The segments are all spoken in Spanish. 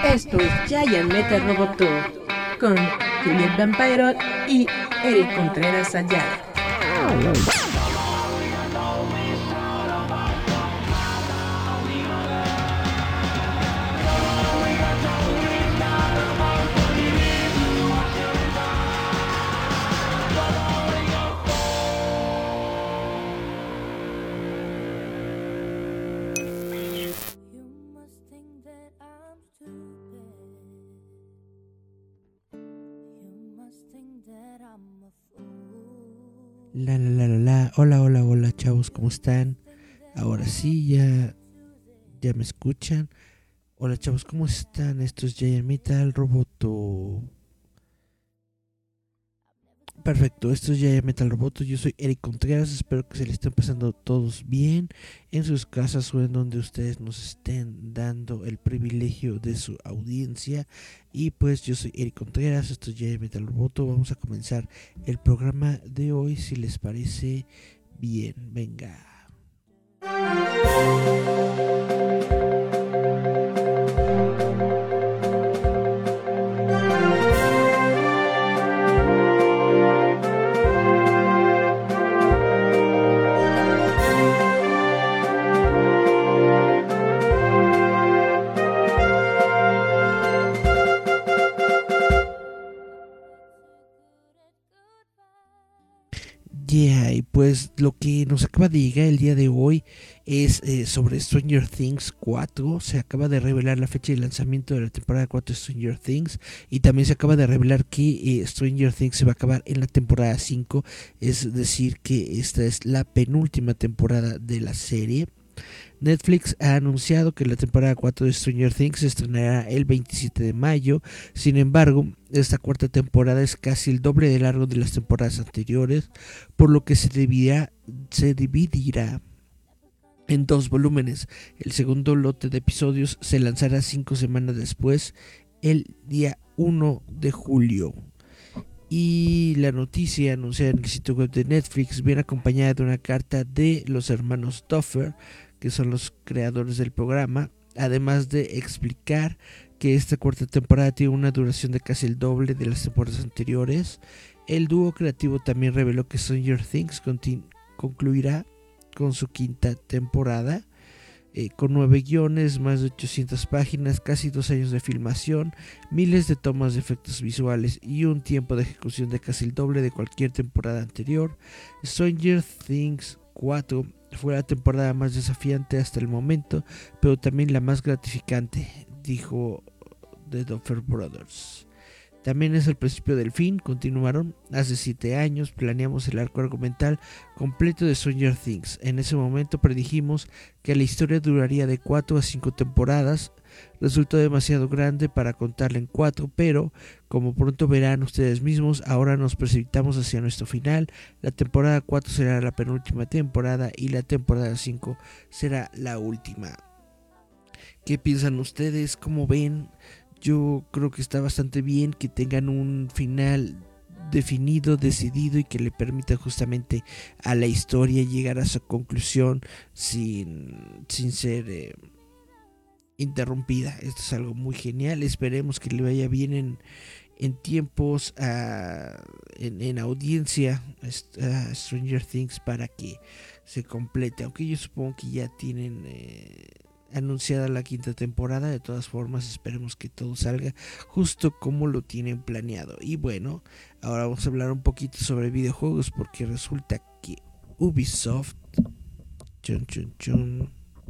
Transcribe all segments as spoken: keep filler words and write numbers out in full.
Esto es Giant Metal Roboto con Juliet Vampiro y Eric Contreras Ayala. La la la la la, hola hola hola chavos, ¿cómo están? Ahora sí, ya, ya me escuchan. Hola chavos, ¿cómo están? Esto es Giant Metal Roboto. Perfecto, esto es Giant Metal Roboto, yo soy Eric Contreras, espero que se le estén pasando todos bien en sus casas o en donde ustedes nos estén dando el privilegio de su audiencia. Y pues yo soy Eric Contreras, esto es Giant Metal Roboto, vamos a comenzar el programa de hoy si les parece bien, venga. Yeah, y pues lo que nos acaba de llegar el día de hoy es eh, sobre Stranger Things cuatro. Se acaba de revelar la fecha de lanzamiento de la temporada cuatro de Stranger Things. Y también se acaba de revelar que eh, Stranger Things se va a acabar en la temporada cinco. Es decir, que esta es la penúltima temporada de la serie. Netflix ha anunciado que la temporada cuatro de Stranger Things se estrenará el veintisiete de mayo. Sin embargo, esta cuarta temporada es casi el doble de largo de las temporadas anteriores, por lo que se dividirá, se dividirá en dos volúmenes. El segundo lote de episodios se lanzará cinco semanas después, el día uno de julio. Y la noticia anunciada en el sitio web de Netflix viene acompañada de una carta de los hermanos Duffer, que son los creadores del programa, además de explicar que esta cuarta temporada tiene una duración de casi el doble de las temporadas anteriores. El dúo creativo también reveló que Stranger Things continu- concluirá con su quinta temporada, eh, con nueve guiones, más de ochocientas páginas, casi dos años de filmación, miles de tomas de efectos visuales y un tiempo de ejecución de casi el doble de cualquier temporada anterior. Stranger Things cuatro fue la temporada más desafiante hasta el momento, pero también la más gratificante, dijo The Duffer Brothers. También es el principio del fin, continuaron. Hace siete años planeamos el arco argumental completo de Stranger Things. En ese momento predijimos que la historia duraría de cuatro a cinco temporadas. Resultó demasiado grande para contarla en cuatro, pero como pronto verán ustedes mismos, ahora nos precipitamos hacia nuestro final. La temporada cuatro será la penúltima temporada y la temporada cinco será la última. ¿Qué piensan ustedes? ¿Cómo ven? Yo creo que está bastante bien que tengan un final definido, decidido y que le permita justamente a la historia llegar a su conclusión sin, sin ser eh, interrumpida. Esto es algo muy genial. Esperemos que le vaya bien en, en tiempos, uh, en, en audiencia a Stranger Things para que se complete. Aunque yo supongo que ya tienen... Eh, anunciada la quinta temporada. De todas formas, esperemos que todo salga justo como lo tienen planeado. Y bueno, ahora vamos a hablar un poquito sobre videojuegos, porque resulta que Ubisoft chun, chun, chun,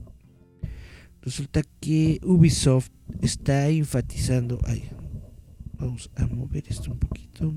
resulta que Ubisoft está enfatizando, ay, vamos a mover esto un poquito.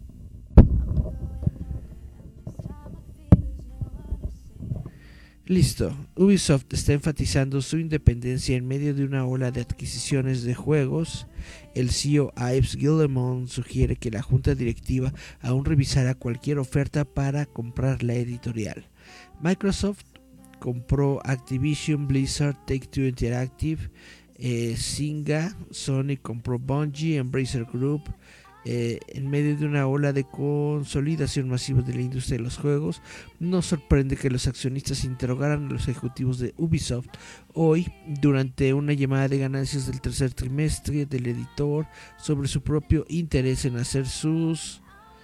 Listo, Ubisoft está enfatizando su independencia en medio de una ola de adquisiciones de juegos. El C E O Yves Guillemot sugiere que la junta directiva aún revisará cualquier oferta para comprar la editorial. Microsoft compró Activision Blizzard, Take-Two Interactive, eh, Zynga, Sony compró Bungie, Embracer Group, Eh, en medio de una ola de consolidación masiva de la industria de los juegos, no sorprende que los accionistas interrogaran a los ejecutivos de Ubisoft hoy durante una llamada de ganancias del tercer trimestre del editor sobre su propio interés en hacer sus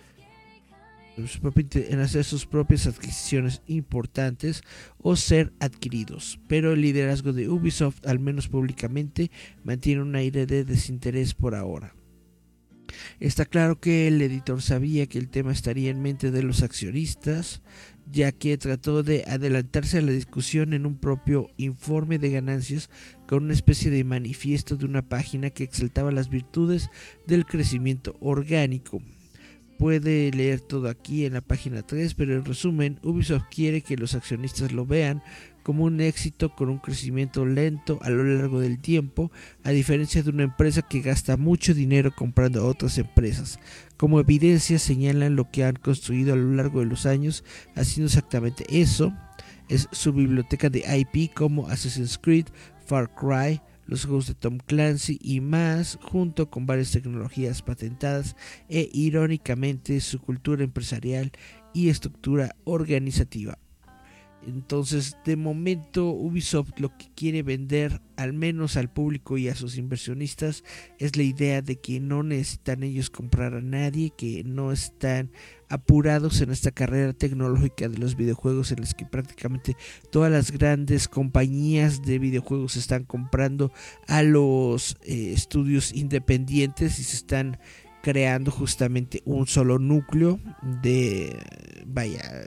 en hacer sus propias adquisiciones importantes o ser adquiridos, pero el liderazgo de Ubisoft, al menos públicamente, mantiene un aire de desinterés por ahora. Está claro que el editor sabía que el tema estaría en mente de los accionistas, ya que trató de adelantarse a la discusión en un propio informe de ganancias con una especie de manifiesto de una página que exaltaba las virtudes del crecimiento orgánico. Puede leer todo aquí en la página tres, pero en resumen, Ubisoft quiere que los accionistas lo vean como un éxito con un crecimiento lento a lo largo del tiempo, a diferencia de una empresa que gasta mucho dinero comprando a otras empresas. Como evidencia señalan lo que han construido a lo largo de los años, haciendo exactamente eso. Es su biblioteca de I P como Assassin's Creed, Far Cry, los juegos de Tom Clancy y más, junto con varias tecnologías patentadas e irónicamente su cultura empresarial y estructura organizativa. Entonces, de momento, Ubisoft lo que quiere vender, al menos al público y a sus inversionistas, es la idea de que no necesitan ellos comprar a nadie, que no están apurados en esta carrera tecnológica de los videojuegos en las que prácticamente todas las grandes compañías de videojuegos están comprando a los eh, estudios independientes y se están creando justamente un solo núcleo de, vaya...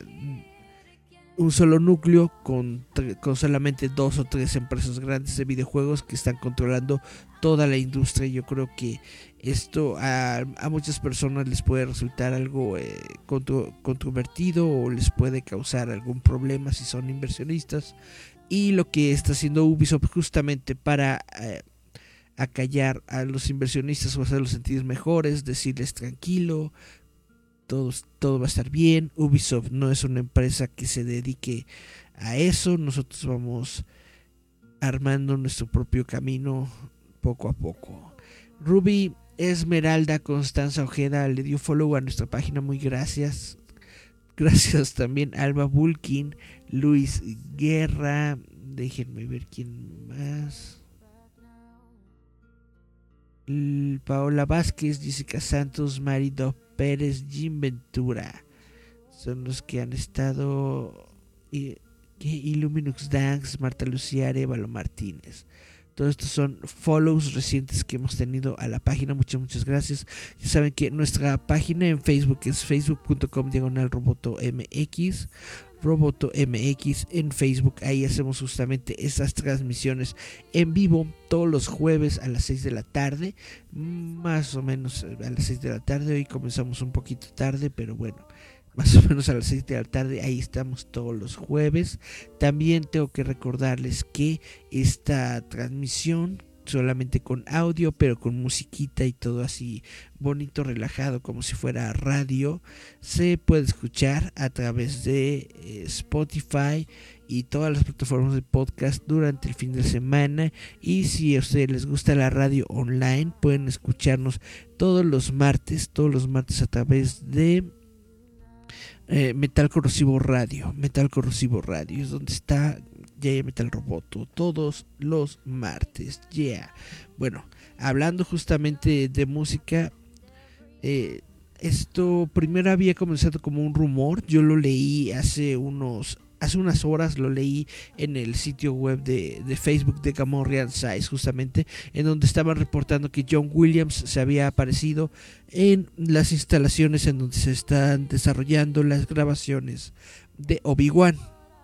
un solo núcleo con, con solamente dos o tres empresas grandes de videojuegos que están controlando toda la industria. Yo creo que esto a, a muchas personas les puede resultar algo eh, contro, controvertido o les puede causar algún problema si son inversionistas, y lo que está haciendo Ubisoft justamente para eh, acallar a los inversionistas o hacerlos sentir mejores, decirles tranquilo, Todo, todo va a estar bien. Ubisoft no es una empresa que se dedique a eso. Nosotros vamos armando nuestro propio camino poco a poco. Ruby Esmeralda Constanza Ojeda le dio follow a nuestra página, muy gracias. Gracias también Alba Bulkin, Luis Guerra, déjenme ver quién más. Paola Vázquez, Jessica Santos, Marido Pérez, Jim Ventura son los que han estado. Y, y Illuminux Dance, Marta Lucía, Arevalo Martínez. Todos estos son follows recientes que hemos tenido a la página. Muchas, muchas gracias. Ya saben que nuestra página en Facebook es facebook punto com diagonal roboto mx. Roboto M X en Facebook. Ahí hacemos justamente estas transmisiones en vivo todos los jueves a las seis de la tarde, más o menos a las seis de la tarde. Hoy comenzamos un poquito tarde, pero bueno, más o menos a las seis de la tarde. Ahí estamos todos los jueves. También tengo que recordarles que esta transmisión solamente con audio, pero con musiquita y todo así bonito, relajado, como si fuera radio, se puede escuchar a través de eh, Spotify y todas las plataformas de podcast durante el fin de semana. Y si a ustedes les gusta la radio online, pueden escucharnos todos los martes, todos los martes a través de eh, Metal Corrosivo Radio. Metal Corrosivo Radio es donde está Yeah Metal Roboto, todos los martes. Yeah. Bueno, hablando justamente de música, eh, esto primero había comenzado como un rumor. Yo lo leí hace unos hace unas horas, lo leí en el sitio web de, de Facebook de Gamorrean Size, justamente, en donde estaban reportando que John Williams se había aparecido en las instalaciones en donde se están desarrollando las grabaciones de Obi-Wan.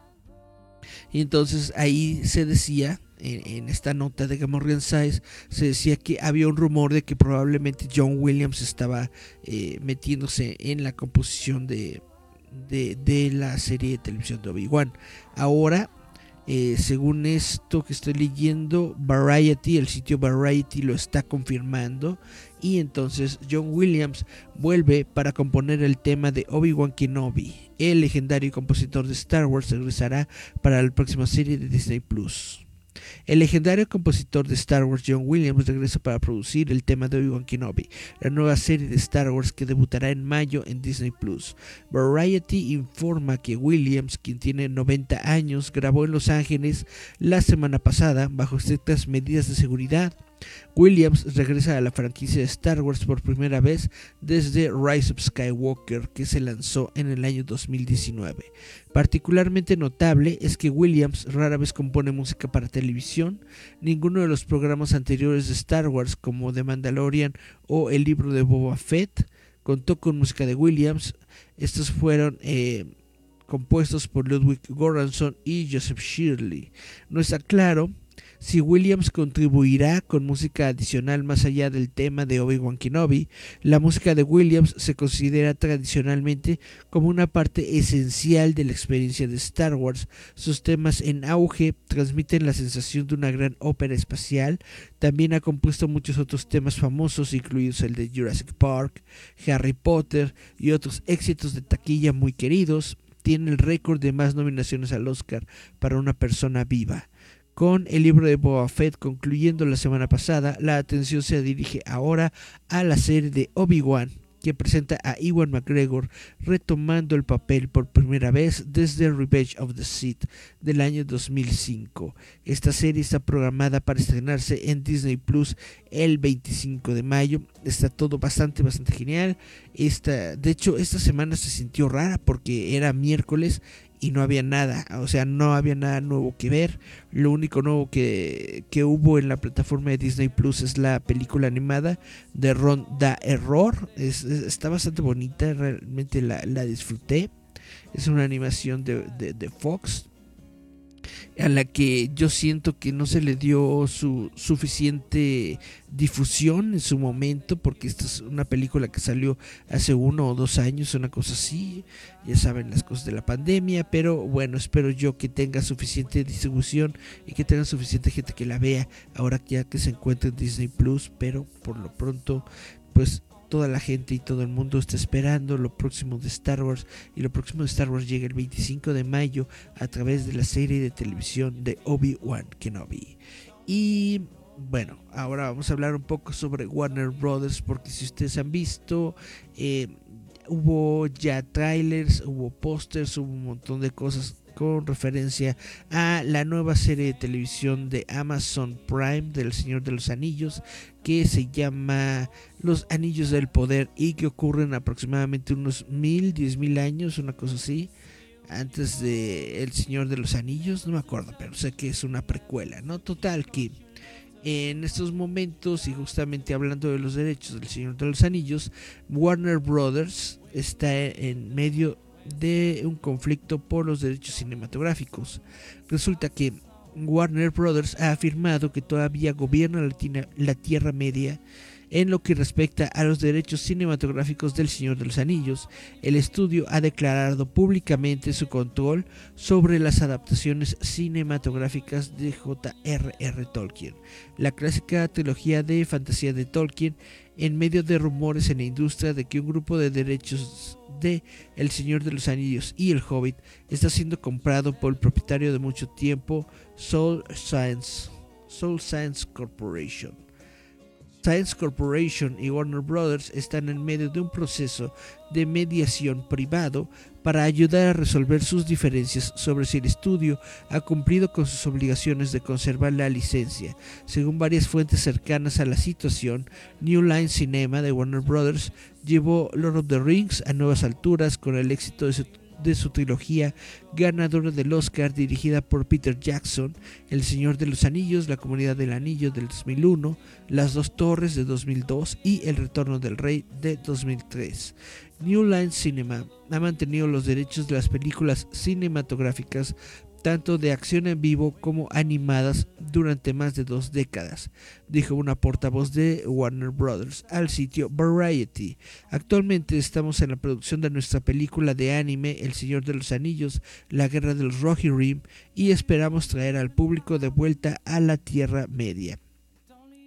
Y entonces ahí se decía, en, en esta nota de Gamorrean Size, se decía que había un rumor de que probablemente John Williams estaba eh, metiéndose en la composición de, de, de la serie de televisión de Obi-Wan. Ahora, eh, según esto que estoy leyendo, Variety, el sitio Variety lo está confirmando. Y entonces John Williams vuelve para componer el tema de Obi-Wan Kenobi. El legendario compositor de Star Wars regresará para la próxima serie de Disney Plus. El legendario compositor de Star Wars John Williams regresa para producir el tema de Obi-Wan Kenobi, la nueva serie de Star Wars que debutará en mayo en Disney Plus. Variety informa que Williams, quien tiene noventa años, grabó en Los Ángeles la semana pasada bajo estrictas medidas de seguridad. Williams regresa a la franquicia de Star Wars por primera vez desde Rise of Skywalker, que se lanzó en el año dos mil diecinueve. Particularmente notable es que Williams rara vez compone música para televisión. Ninguno de los programas anteriores de Star Wars, como The Mandalorian o El libro de Boba Fett, contó con música de Williams. Estos fueron eh, compuestos por Ludwig Göransson y Joseph Shirley. No está claro si Williams contribuirá con música adicional más allá del tema de Obi-Wan Kenobi. La música de Williams se considera tradicionalmente como una parte esencial de la experiencia de Star Wars. Sus temas en auge transmiten la sensación de una gran ópera espacial. También ha compuesto muchos otros temas famosos, incluidos el de Jurassic Park, Harry Potter y otros éxitos de taquilla muy queridos. Tiene el récord de más nominaciones al Oscar para una persona viva. Con el libro de Boba Fett concluyendo la semana pasada, la atención se dirige ahora a la serie de Obi-Wan, que presenta a Ewan McGregor retomando el papel por primera vez desde Revenge of the Sith del año dos mil cinco. Esta serie está programada para estrenarse en Disney Plus el veinticinco de mayo. Está todo bastante, bastante genial. Esta, de hecho, esta semana se sintió rara porque era miércoles y no había nada, o sea, no había nada nuevo que ver. Lo único nuevo que, que hubo en la plataforma de Disney Plus es la película animada de Ron Da Error. Es, es, está bastante bonita, realmente la, la disfruté. Es una animación de, de, de Fox, a la que yo siento que no se le dio su suficiente difusión en su momento, porque esta es una película que salió hace uno o dos años, una cosa así, ya saben las cosas de la pandemia, pero bueno, espero yo que tenga suficiente distribución y que tenga suficiente gente que la vea ahora ya que se encuentra en Disney Plus, pero por lo pronto pues toda la gente y todo el mundo está esperando lo próximo de Star Wars, y lo próximo de Star Wars llega el veinticinco de mayo a través de la serie de televisión de Obi-Wan Kenobi. Y bueno, ahora vamos a hablar un poco sobre Warner Brothers, porque si ustedes han visto, eh, hubo ya trailers, hubo pósters, hubo un montón de cosas con referencia a la nueva serie de televisión de Amazon Prime del Señor de los Anillos, que se llama Los Anillos del Poder y que ocurren aproximadamente unos mil, diez mil años, una cosa así, antes de El Señor de los Anillos, no me acuerdo, pero sé que es una precuela, ¿no? Total que en estos momentos, y justamente hablando de los derechos del Señor de los Anillos, Warner Brothers está en medio de un conflicto por los derechos cinematográficos. Resulta que Warner Brothers ha afirmado que todavía gobierna la, la Tierra Media en lo que respecta a los derechos cinematográficos del Señor de los Anillos. El estudio ha declarado públicamente su control sobre las adaptaciones cinematográficas de J R R Tolkien, la clásica trilogía de fantasía de Tolkien, en medio de rumores en la industria de que un grupo de derechos de El Señor de los Anillos y El Hobbit está siendo comprado por el propietario de mucho tiempo, Soul Science, Soul Science Corporation. Science Corporation y Warner Brothers están en medio de un proceso de mediación privado para ayudar a resolver sus diferencias sobre si el estudio ha cumplido con sus obligaciones de conservar la licencia. Según varias fuentes cercanas a la situación, New Line Cinema de Warner Brothers llevó Lord of the Rings a nuevas alturas con el éxito de su de su trilogía ganadora del Oscar, dirigida por Peter Jackson, El Señor de los Anillos, La Comunidad del Anillo del dos mil uno, Las Dos Torres de dos mil dos y El Retorno del Rey de dos mil tres. New Line Cinema ha mantenido los derechos de las películas cinematográficas tanto de acción en vivo como animadas durante más de dos décadas, dijo una portavoz de Warner Brothers al sitio Variety. Actualmente estamos en la producción de nuestra película de anime El Señor de los Anillos, La Guerra de los Rohirrim, y esperamos traer al público de vuelta a la Tierra Media.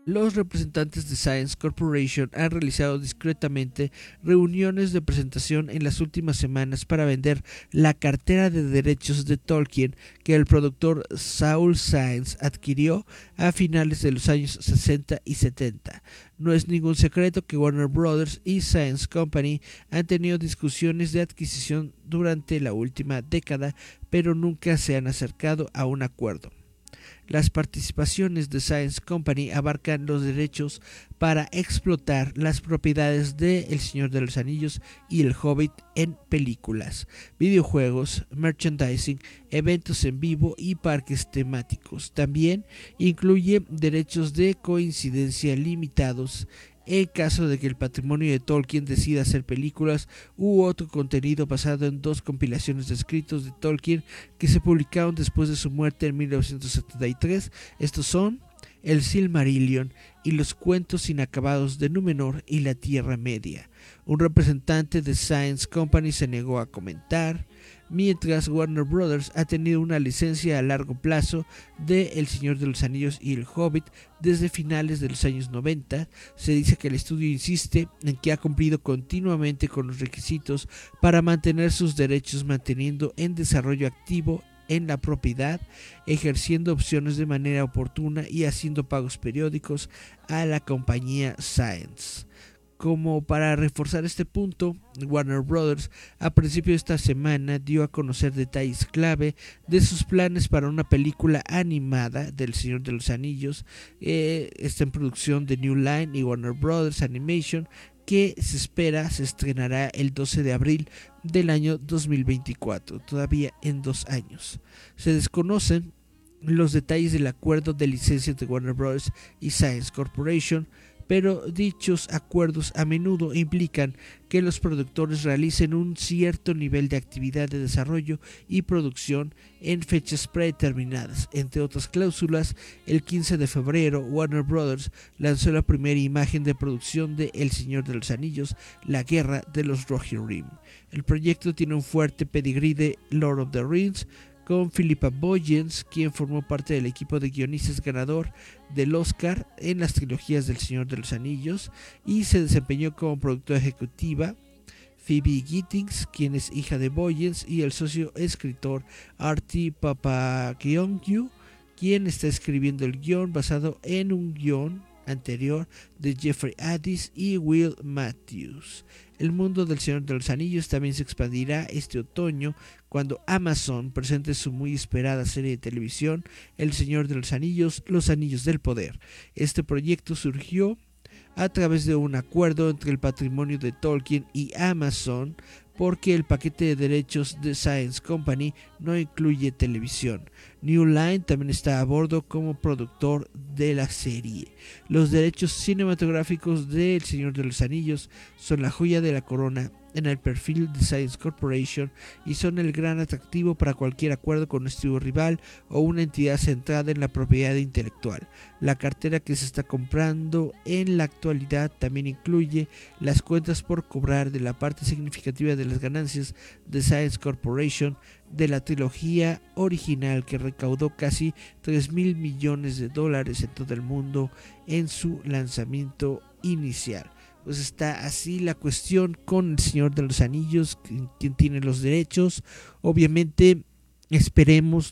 Los representantes de Science Corporation han realizado discretamente reuniones de presentación en las últimas semanas para vender la cartera de derechos de Tolkien que el productor Saul Zaentz adquirió a finales de los años sesenta y setenta. No es ningún secreto que Warner Brothers y Science Company han tenido discusiones de adquisición durante la última década, pero nunca se han acercado a un acuerdo. Las participaciones de Science Company abarcan los derechos para explotar las propiedades de El Señor de los Anillos y El Hobbit en películas, videojuegos, merchandising, eventos en vivo y parques temáticos. También incluye derechos de coincidencia limitados en caso de que el patrimonio de Tolkien decida hacer películas u otro contenido basado en dos compilaciones de escritos de Tolkien que se publicaron después de su muerte en mil novecientos setenta y tres. Estos son El Silmarillion y los cuentos inacabados de Númenor y la Tierra Media. Un representante de Science Company se negó a comentar, mientras Warner Brothers ha tenido una licencia a largo plazo de El Señor de los Anillos y El Hobbit desde finales de los años noventa. Se dice que el estudio insiste en que ha cumplido continuamente con los requisitos para mantener sus derechos, manteniendo en desarrollo activo en la propiedad, ejerciendo opciones de manera oportuna y haciendo pagos periódicos a la compañía Science. Como para reforzar este punto, Warner Brothers a principio de esta semana dio a conocer detalles clave de sus planes para una película animada del Señor de los Anillos. Eh, está en producción de New Line y Warner Brothers Animation, que se espera se estrenará el doce de abril del año dos mil veinticuatro, todavía en dos años. Se desconocen los detalles del acuerdo de licencia de Warner Brothers y Science Corporation, pero dichos acuerdos a menudo implican que los productores realicen un cierto nivel de actividad de desarrollo y producción en fechas predeterminadas. Entre otras cláusulas, el quince de febrero Warner Brothers lanzó la primera imagen de producción de El Señor de los Anillos, La Guerra de los Rohirrim. El proyecto tiene un fuerte pedigrí de Lord of the Rings, con Philippa Boyens, quien formó parte del equipo de guionistas ganador del Oscar en las trilogías del Señor de los Anillos, y se desempeñó como productora ejecutiva Phoebe Gittins, quien es hija de Boyens, y el socio escritor Artie Papageorgiou, quien está escribiendo el guión basado en un guión anterior de Jeffrey Addis y Will Matthews. El mundo del Señor de los Anillos también se expandirá este otoño cuando Amazon presente su muy esperada serie de televisión El Señor de los Anillos, Los Anillos del Poder. Este proyecto surgió a través de un acuerdo entre el patrimonio de Tolkien y Amazon, porque el paquete de derechos de Science Company no incluye televisión. New Line también está a bordo como productor de la serie. Los derechos cinematográficos de El Señor de los Anillos son la joya de la corona en el perfil de Science Corporation y son el gran atractivo para cualquier acuerdo con un estudio rival o una entidad centrada en la propiedad intelectual. La cartera que se está comprando en la actualidad también incluye las cuentas por cobrar de la parte significativa de las ganancias de Science Corporation de la trilogía original, que recaudó casi tres mil millones de dólares en todo el mundo en su lanzamiento inicial. Pues está así la cuestión con El Señor de los Anillos, quien tiene los derechos. Obviamente esperemos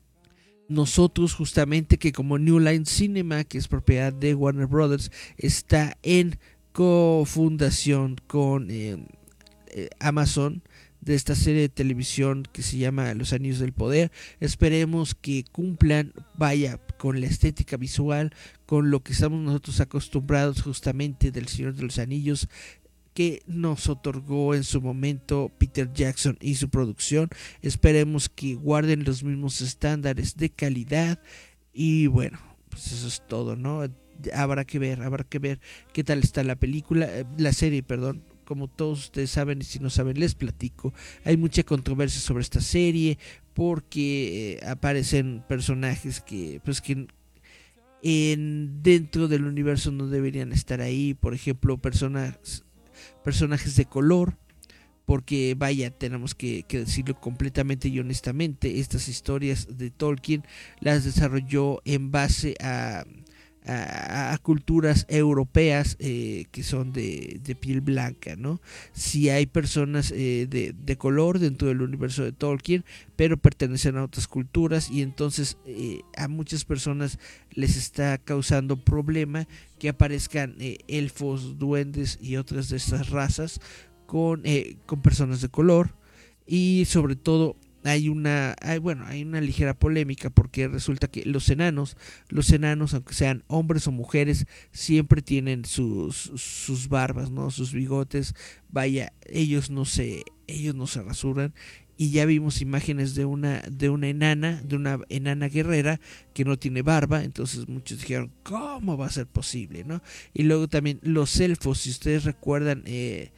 nosotros justamente que como New Line Cinema, que es propiedad de Warner Brothers, está en cofundación con eh, eh, Amazon de esta serie de televisión que se llama Los Anillos del Poder. Esperemos que cumplan, vaya, con la estética visual, con lo que estamos nosotros acostumbrados justamente del Señor de los Anillos, que nos otorgó en su momento Peter Jackson y su producción. Esperemos que guarden los mismos estándares de calidad y bueno, pues eso es todo, ¿no? Habrá que ver, habrá que ver qué tal está la película, la serie, perdón. Como todos ustedes saben, y si no saben les platico, hay mucha controversia sobre esta serie porque eh, aparecen personajes que pues que en, dentro del universo no deberían estar ahí. Por ejemplo, personas, personajes de color, porque vaya, tenemos que, que decirlo completamente y honestamente, estas historias de Tolkien las desarrolló en base a a, a culturas europeas eh, que son de, de piel blanca, ¿no? Si hay personas eh, de, de color dentro del universo de Tolkien, pero pertenecen a otras culturas, y entonces eh, a muchas personas les está causando problema que aparezcan eh, elfos, duendes y otras de estas razas con, eh, con personas de color. Y sobre todo hay una hay, bueno hay una ligera polémica, porque resulta que los enanos los enanos aunque sean hombres o mujeres, siempre tienen sus sus barbas, no, sus bigotes. Vaya, ellos no se ellos no se rasuran. Y ya vimos imágenes de una de una enana de una enana guerrera que no tiene barba. Entonces muchos dijeron, ¿cómo va a ser posible, no? Y luego también los elfos, si ustedes recuerdan, eh,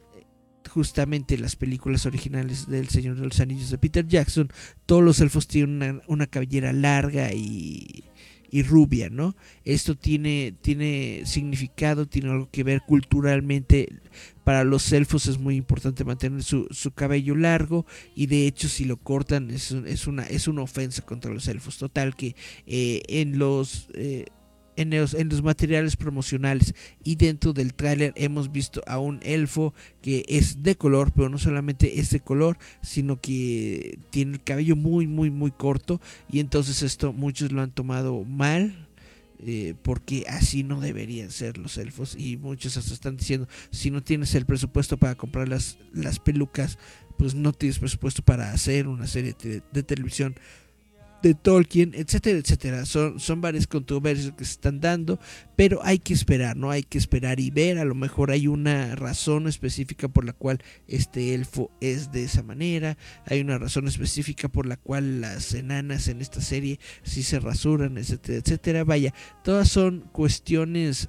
justamente las películas originales del Señor de los Anillos de Peter Jackson, todos los elfos tienen una, una cabellera larga y, y rubia, ¿no? Esto tiene, tiene significado, tiene algo que ver culturalmente. Para los elfos es muy importante mantener su, su cabello largo, y de hecho si lo cortan es, es, una, es una ofensa contra los elfos. Total que eh, en los... Eh, En los, en los materiales promocionales y dentro del tráiler hemos visto a un elfo que es de color, pero no solamente es de color, sino que tiene el cabello muy muy muy corto, y entonces esto muchos lo han tomado mal, eh, porque así no deberían ser los elfos, y muchos hasta están diciendo, si no tienes el presupuesto para comprar las, las pelucas, pues no tienes presupuesto para hacer una serie de, de televisión de Tolkien, etcétera, etcétera. Son, son varias controversias que se están dando, pero hay que esperar, ¿no? Hay que esperar y ver. A lo mejor hay una razón específica por la cual este elfo es de esa manera. Hay una razón específica por la cual las enanas en esta serie sí se rasuran, etcétera, etcétera. Vaya, todas son cuestiones,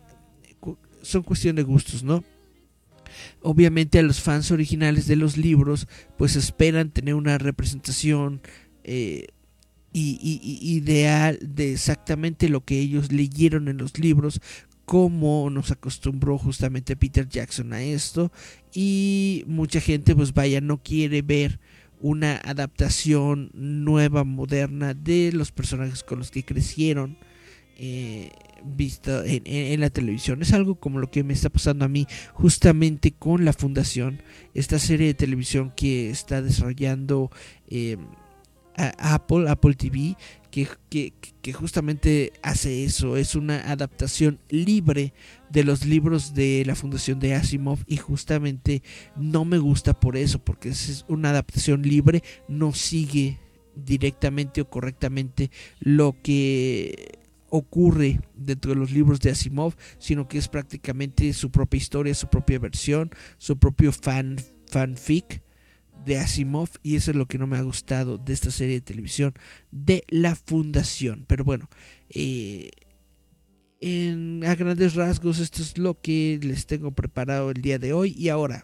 son cuestión de gustos, ¿no? Obviamente a los fans originales de los libros, pues esperan tener una representación eh, Y, y, y ideal de exactamente lo que ellos leyeron en los libros, como nos acostumbró justamente Peter Jackson a esto. Y mucha gente, pues vaya, no quiere ver una adaptación nueva, moderna de los personajes con los que crecieron eh, visto en, en, en la televisión. Es algo como lo que me está pasando a mí justamente con La Fundación, esta serie de televisión que está desarrollando eh, Apple, Apple T V, que, que, que justamente hace eso. Es una adaptación libre de los libros de la Fundación de Asimov, y justamente no me gusta por eso, porque es una adaptación libre, no sigue directamente o correctamente lo que ocurre dentro de los libros de Asimov, sino que es prácticamente su propia historia, su propia versión, su propio fan, fanfic de Asimov, y eso es lo que no me ha gustado de esta serie de televisión de La Fundación. Pero bueno, eh, en, a grandes rasgos esto es lo que les tengo preparado el día de hoy. Y ahora,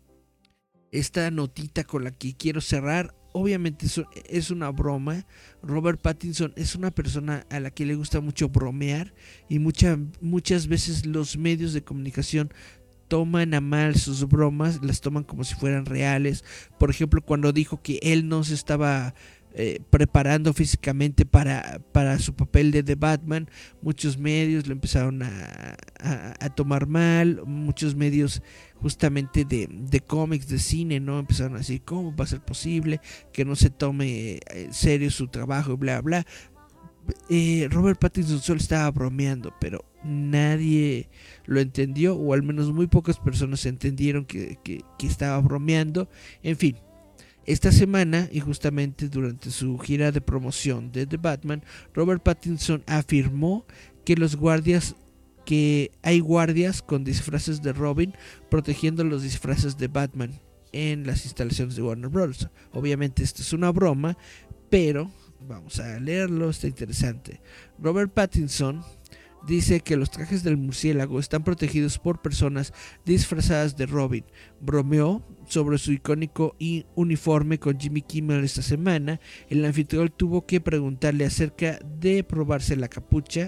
esta notita con la que quiero cerrar, obviamente es, es una broma. Robert Pattinson es una persona a la que le gusta mucho bromear, y mucha, muchas veces los medios de comunicación toman a mal sus bromas, las toman como si fueran reales. Por ejemplo, cuando dijo que él no se estaba eh, preparando físicamente para, para su papel de The Batman, muchos medios lo empezaron a, a, a tomar mal. Muchos medios justamente de, de cómics, de cine, ¿no? Empezaron a decir, ¿cómo va a ser posible que no se tome en serio su trabajo y bla, bla? Eh, Robert Pattinson solo estaba bromeando, pero nadie lo entendió, o al menos muy pocas personas entendieron que, que, que estaba bromeando. En fin, esta semana, y justamente durante su gira de promoción de The Batman, Robert Pattinson afirmó que los guardias que hay guardias con disfraces de Robin protegiendo los disfraces de Batman en las instalaciones de Warner Bros. Obviamente esto es una broma, pero vamos a leerlo, está interesante. Robert Pattinson dice que los trajes del murciélago están protegidos por personas disfrazadas de Robin. Bromeó sobre su icónico uniforme con Jimmy Kimmel esta semana. El anfitrión tuvo que preguntarle acerca de probarse la capucha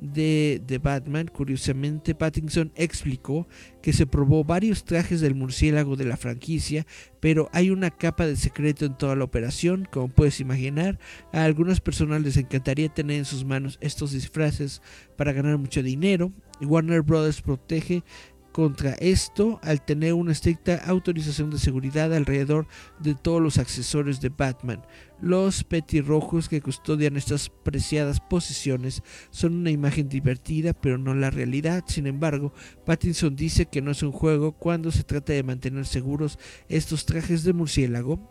de, de Batman. Curiosamente, Pattinson explicó que se probó varios trajes del murciélago de la franquicia, pero hay una capa de secreto en toda la operación. Como puedes imaginar, a algunas personas les encantaría tener en sus manos estos disfraces para ganar mucho dinero, y Warner Brothers protege contra esto al tener una estricta autorización de seguridad alrededor de todos los accesorios de Batman. Los petirrojos que custodian estas preciadas posesiones son una imagen divertida, pero no la realidad. Sin embargo, Pattinson dice que no es un juego cuando se trata de mantener seguros estos trajes de murciélago.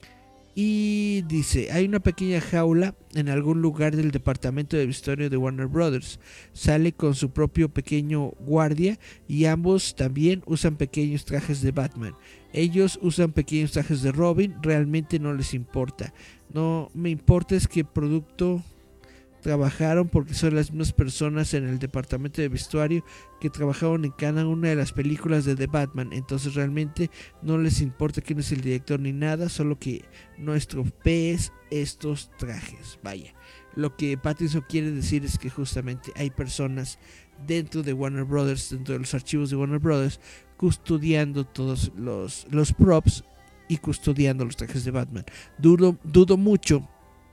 Y dice, hay una pequeña jaula en algún lugar del departamento de vestuario de Warner Brothers. Sale con su propio pequeño guardia y ambos también usan pequeños trajes de Batman. Ellos usan pequeños trajes de Robin, realmente no les importa. No me importa es qué producto trabajaron, porque son las mismas personas en el departamento de vestuario que trabajaron en cada una de las películas de The Batman. Entonces realmente no les importa quién es el director ni nada, solo que no estropees estos trajes. Vaya, lo que Pattinson quiere decir es que justamente hay personas dentro de Warner Brothers, dentro de los archivos de Warner Brothers, custodiando todos los, los props y custodiando los trajes de Batman. Dudo, dudo mucho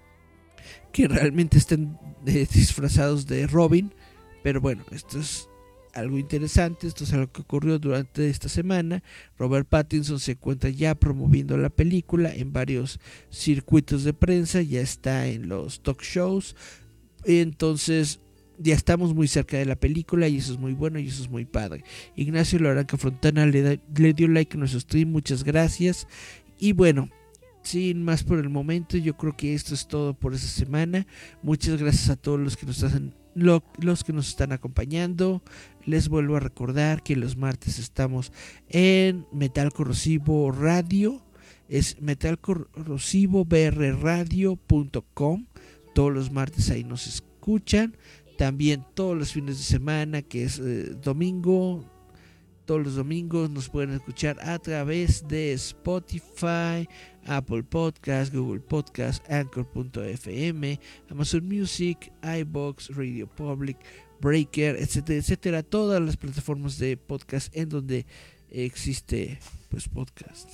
que realmente estén eh, disfrazados de Robin, pero bueno, esto es algo interesante. Esto es algo que ocurrió durante esta semana. Robert Pattinson se encuentra ya promoviendo la película en varios circuitos de prensa, ya está en los talk shows, entonces ya estamos muy cerca de la película y eso es muy bueno y eso es muy padre. Ignacio Loranca Fontana le, da, le dio like a nuestro stream, muchas gracias. Y bueno, sin más por el momento, yo creo que esto es todo por esta semana. Muchas gracias a todos los que nos hacen, lo, los que nos están acompañando. Les vuelvo a recordar que los martes estamos en Metal Corrosivo Radio. Es metal corrosivo b r radio punto com. Todos los martes ahí nos escuchan. También todos los fines de semana, que es eh, domingo. Todos los domingos nos pueden escuchar a través de Spotify, Apple Podcast, Google Podcast, Anchor punto f m, Amazon Music, iVoox, Radio Public, Breaker, etcétera, etcétera. Todas las plataformas de podcast en donde existe pues podcast.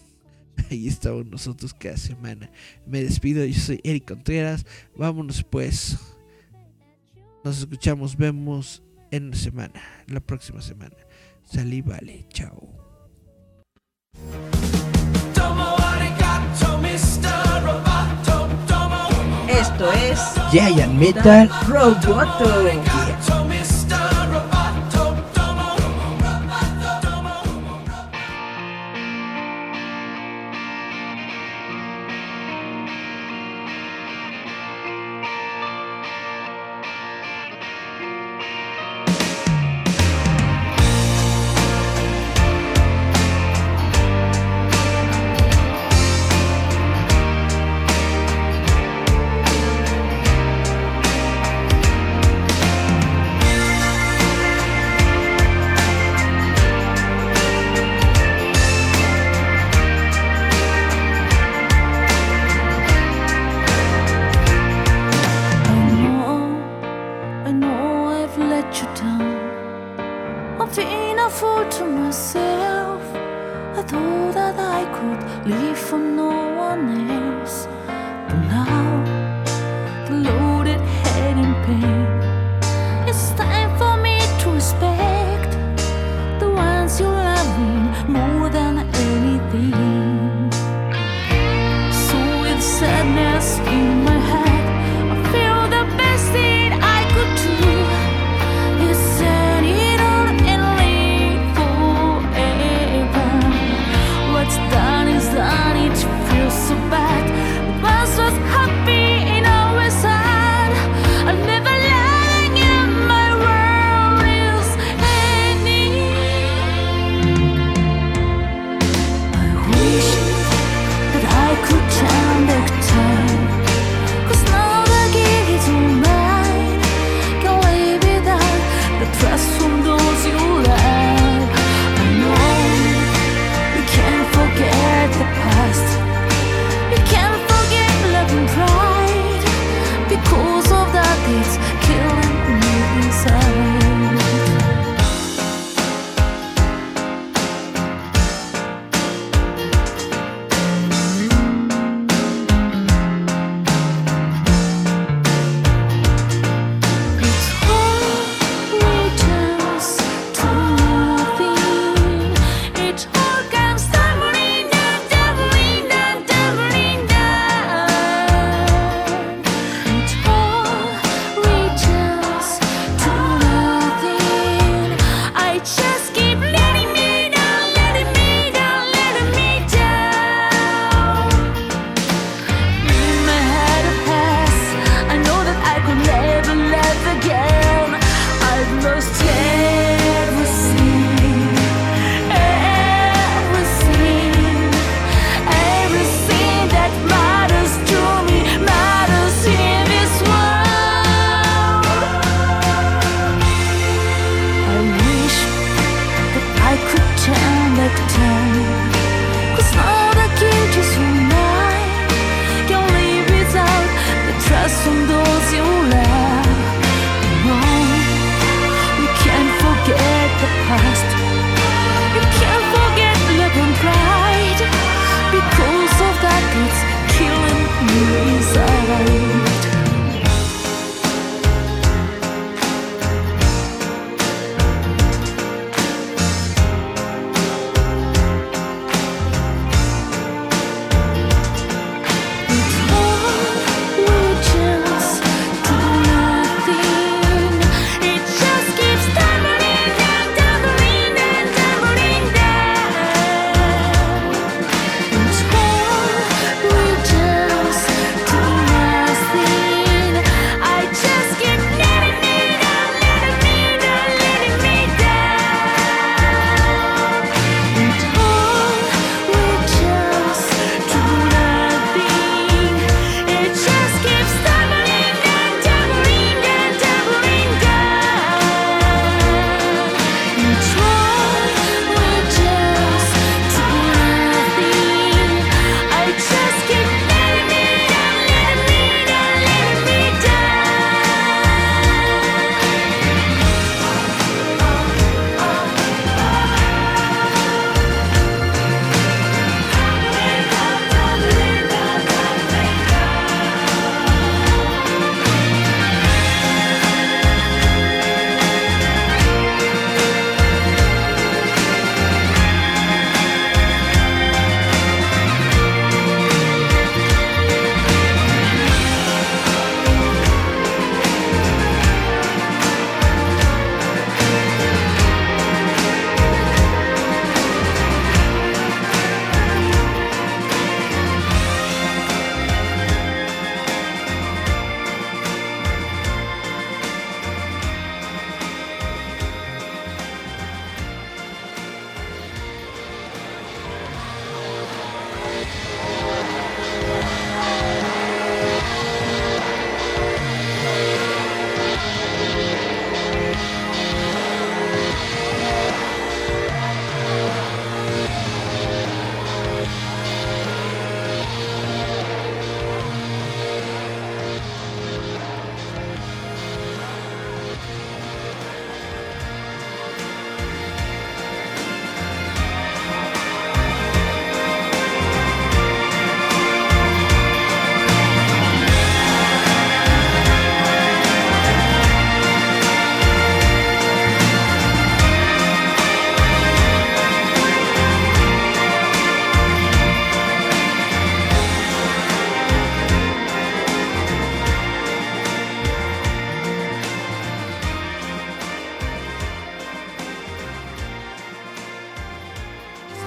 Ahí estamos nosotros cada semana. Me despido, yo soy Eric Contreras. Vámonos pues. Nos escuchamos, vemos en una semana, la próxima semana. Salí, vale, chao. Esto es Giant Metal Roboto. Yeah. Bad, the past was happy in our side. I'll never let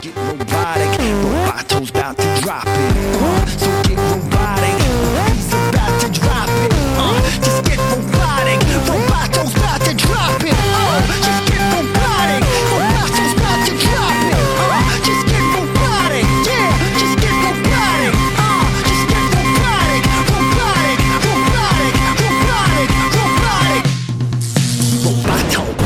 get robotic. Robato's about to drop it. Uh, so get robotic. He's about to drop it. Uh, just get robotic. Robato's about to drop it. Uh, just get robotic. Robato's about to drop it. Uh, just get robotic. Yeah, just get robotic. Uh, just get robotic. Robotic, robotic, robotic, robotic. Roboto.